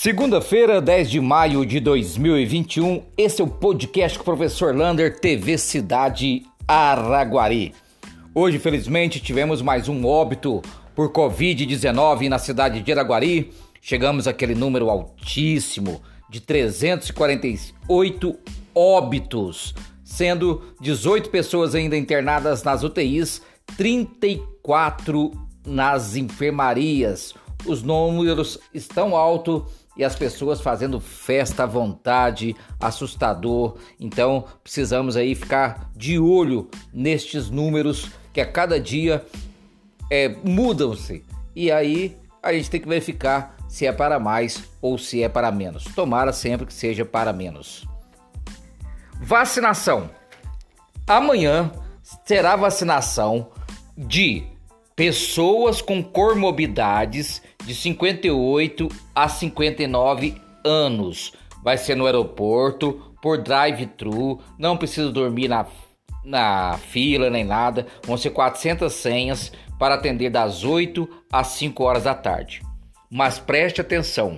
Segunda-feira, 10 de maio de 2021, esse é o podcast com o professor Lander, TV Cidade Araguari. Hoje, infelizmente, tivemos mais um óbito por Covid-19 na cidade de Araguari. Chegamos àquele número altíssimo de 348 óbitos, sendo 18 pessoas ainda internadas nas UTIs, 34 nas enfermarias. Os números estão altos e as pessoas fazendo festa à vontade, assustador. Então precisamos aí ficar de olho nestes números que a cada dia mudam-se. E aí a gente tem que verificar se é para mais ou se é para menos. Tomara sempre que seja para menos. Vacinação. Amanhã será vacinação de pessoas com comorbidades de 58 a 59 anos. Vai ser no aeroporto, por drive-thru, não precisa dormir na fila nem nada. Vão ser 400 senhas para atender das 8 às 5 horas da tarde. Mas preste atenção,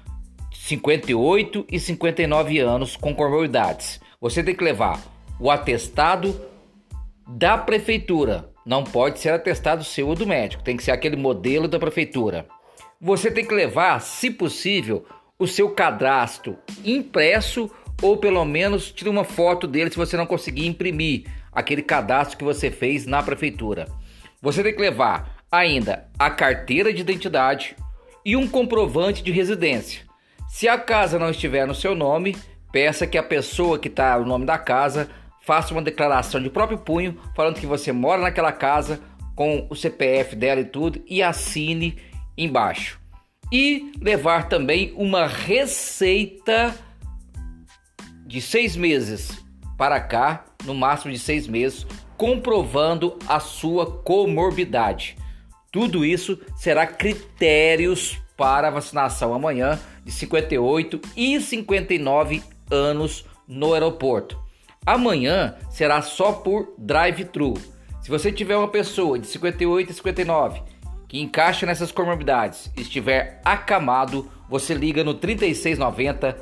58 e 59 anos com comorbidades. Você tem que levar o atestado da prefeitura. Não pode ser atestado seu ou do médico, tem que ser aquele modelo da prefeitura. Você tem que levar, se possível, o seu cadastro impresso ou pelo menos tire uma foto dele se você não conseguir imprimir aquele cadastro que você fez na prefeitura. Você tem que levar ainda a carteira de identidade e um comprovante de residência. Se a casa não estiver no seu nome, peça que a pessoa que está no nome da casa faça uma declaração de próprio punho, falando que você mora naquela casa, com o CPF dela e tudo, e assine embaixo. E levar também uma receita de 6 meses para cá, no máximo de 6 meses, comprovando a sua comorbidade. Tudo isso será critérios para a vacinação amanhã de 58 e 59 anos no aeroporto. Amanhã será só por drive-thru. Se você tiver uma pessoa de 58 e 59 que encaixa nessas comorbidades e estiver acamado, você liga no 3690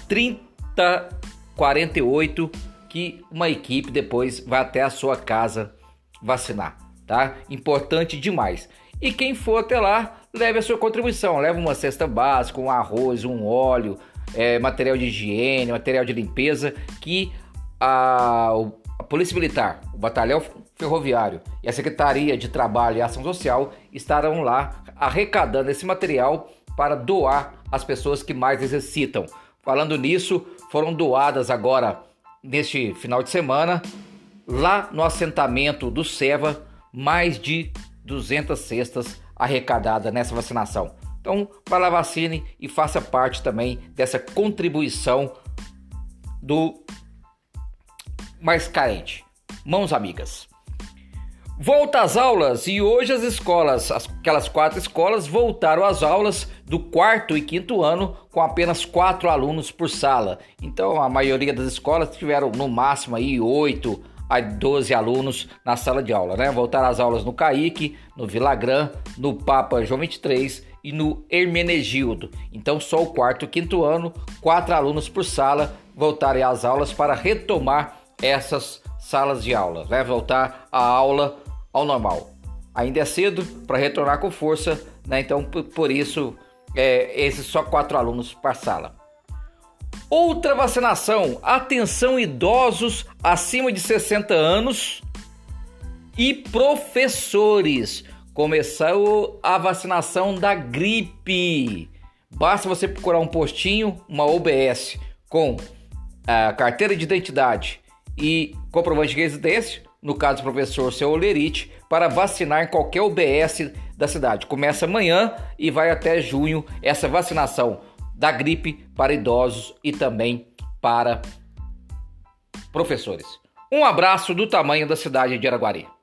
3048 que uma equipe depois vai até a sua casa vacinar, tá? Importante demais. E quem for até lá, leve a sua contribuição, leve uma cesta básica, um arroz, um óleo, material de higiene, material de limpeza, que a Polícia Militar, o Batalhão Ferroviário e a Secretaria de Trabalho e Ação Social estarão lá arrecadando esse material para doar às pessoas que mais necessitam. Falando nisso, foram doadas agora, neste final de semana, lá no assentamento do SEVA, mais de 200 cestas arrecadadas nessa vacinação. Então, vá lá, vacine e faça parte também dessa contribuição do mais carente. Mãos amigas. Volta às aulas e hoje as escolas, aquelas 4 escolas voltaram às aulas do 4º e 5º ano com apenas 4 alunos por sala. Então a maioria das escolas tiveram no máximo aí 8 a 12 alunos na sala de aula, né? Voltaram às aulas no Caíque, no Vilagrã, no Papa João 23 e no Hermenegildo. Então só o 4º e 5º ano, 4 alunos por sala voltarem às aulas para retomar essas salas de aula, né? Voltar a aula ao normal. Ainda é cedo para retornar com força, né? Então por isso esses só 4 alunos por sala. Outra vacinação, atenção idosos acima de 60 anos e professores. Começou a vacinação da gripe. Basta você procurar um postinho, uma UBS com a carteira de identidade e comprovante de residência, no caso do professor seu Olerite, para vacinar em qualquer UBS da cidade. Começa amanhã e vai até junho essa vacinação da gripe para idosos e também para professores. Um abraço do tamanho da cidade de Araguari.